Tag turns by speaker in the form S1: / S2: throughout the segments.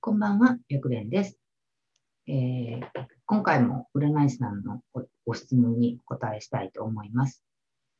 S1: こんばんは、白蓮です。今回も占い師さんのご質問にお答えしたいと思います。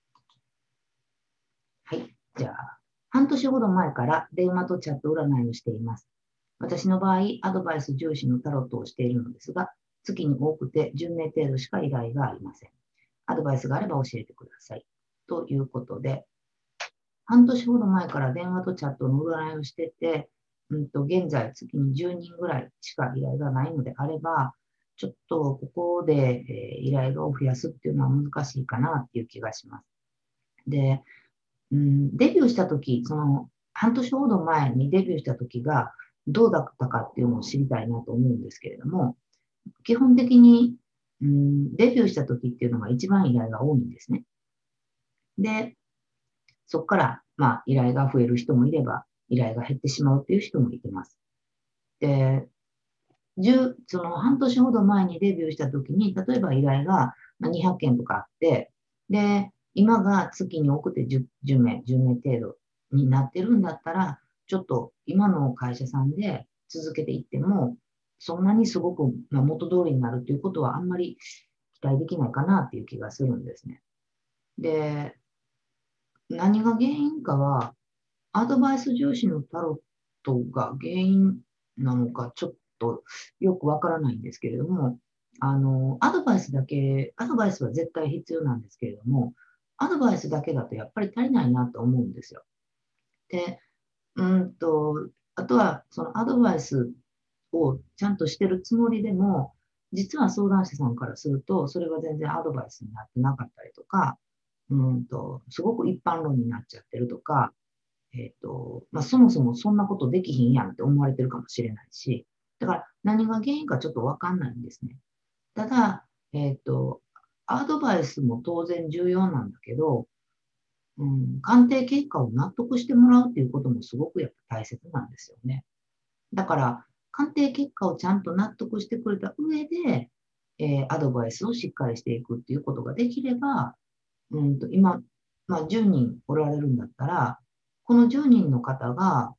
S1: はい。じゃあ、半年ほど前から電話とチャット占いをしています。私の場合、アドバイス重視のタロットをしているのですが、月に多くて10名程度しか依頼がありません。アドバイスがあれば教えてください。ということで、半年ほど前から電話とチャットの占いをしてて、現在月に10人ぐらいしか依頼がないのであれば、ちょっとここで、依頼を増やすっていうのは難しいかなっていう気がします。で、デビューした時、その半年ほど前にデビューした時がどうだったかっていうのを知りたいなと思うんですけれども、基本的に、デビューした時っていうのが一番依頼が多いんですね。で、そこから、依頼が増える人もいれば、依頼が減ってしまうっていう人もいてます。で、その半年ほど前にデビューしたときに、例えば依頼が200件とかあって、で、今が月に多くて10名、10名程度になってるんだったら、ちょっと今の会社さんで続けていっても、そんなにすごく元通りになるということはあんまり期待できないかなっていう気がするんですね。で、何が原因かは、アドバイス重視のタロットが原因なのか、ちょっとよくわからないんですけれども、アドバイスは絶対必要なんですけれども、アドバイスだけだとやっぱり足りないなと思うんですよ。で、あとは、そのアドバイスをちゃんとしてるつもりでも、実は相談者さんからすると、それが全然アドバイスになってなかったりとか、すごく一般論になっちゃってるとか、そもそもそんなことできひんやんって思われてるかもしれないし、だから何が原因かちょっとわかんないんですね。ただ、アドバイスも当然重要なんだけど、鑑定結果を納得してもらうっていうこともすごくやっぱ大切なんですよね。だから、鑑定結果をちゃんと納得してくれた上で、アドバイスをしっかりしていくっていうことができれば、今、10人おられるんだったら、この10人の方が、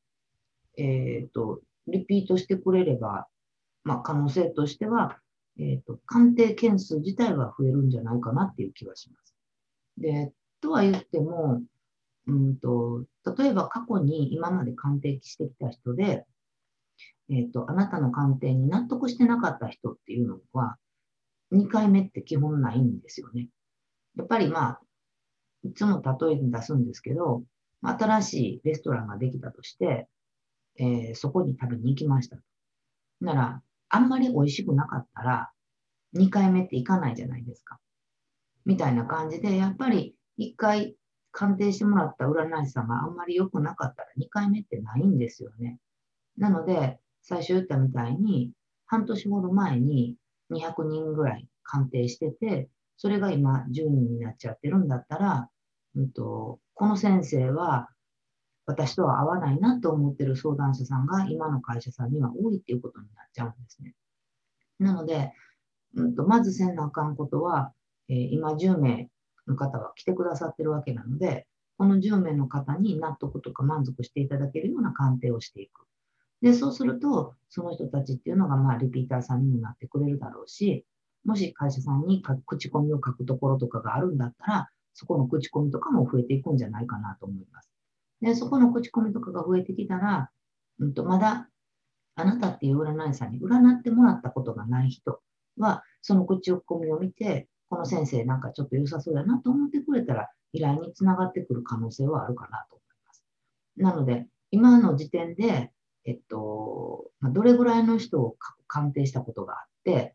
S1: リピートしてくれれば、可能性としては、鑑定件数自体は増えるんじゃないかなっていう気がします。で、とは言っても、例えば過去に今まで鑑定してきた人で、あなたの鑑定に納得してなかった人っていうのは、2回目って基本ないんですよね。やっぱりいつも例えに出すんですけど、新しいレストランができたとして、そこに食べに行きました。なら、あんまり美味しくなかったら、2回目って行かないじゃないですか。みたいな感じで、やっぱり1回鑑定してもらった占い師さんがあんまり良くなかったら2回目ってないんですよね。なので、最初言ったみたいに、半年ほど前に200人ぐらい鑑定してて、それが今10人になっちゃってるんだったら、この先生は私とは合わないなと思ってる相談者さんが今の会社さんには多いっていうことになっちゃうんですね。なので、まずせんなあかんことは、今10名の方は来てくださってるわけなので、この10名の方に納得とか満足していただけるような鑑定をしていく。で、そうすると、その人たちっていうのが、リピーターさんにもなってくれるだろうし、もし会社さんに口コミを書くところとかがあるんだったら、そこの口コミとかも増えていくんじゃないかなと思います。で、そこの口コミとかが増えてきたら、まだあなたっていう占い師さんに占ってもらったことがない人は、その口コミを見て、この先生なんかちょっと良さそうだなと思ってくれたら、依頼につながってくる可能性はあるかなと思います。なので、今の時点で、どれぐらいの人を鑑定したことがあって、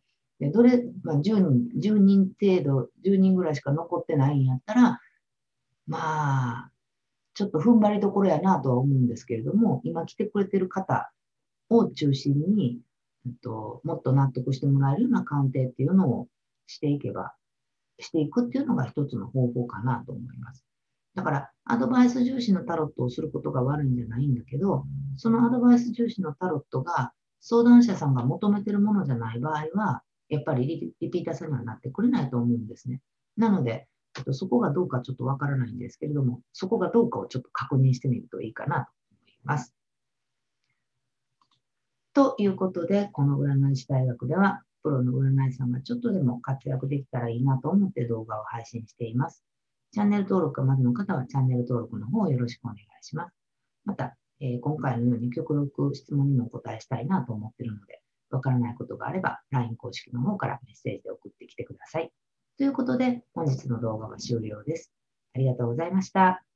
S1: でどれ、10人程度、10人ぐらいしか残ってないんやったら、まあ、ちょっと踏ん張りどころやなとは思うんですけれども、今来てくれてる方を中心に、もっと納得してもらえるような鑑定っていうのをしていくっていうのが一つの方法かなと思います。だから、アドバイス重視のタロットをすることが悪いんじゃないんだけど、そのアドバイス重視のタロットが相談者さんが求めてるものじゃない場合は、やっぱりリピーターさんにはなってくれないと思うんですね。なので、そこがどうかちょっとわからないんですけれども、そこがどうかをちょっと確認してみるといいかなと思います。 ということで、この占い師大学では、プロの占い師さんがちょっとでも活躍できたらいいなと思って動画を配信しています。チャンネル登録がまだの方はチャンネル登録の方をよろしくお願いします。また、今回のように極力質問にもお答えしたいなと思っているので、わからないことがあれば LINE 公式の方からメッセージで送ってきてください。ということで、本日の動画は終了です。ありがとうございました。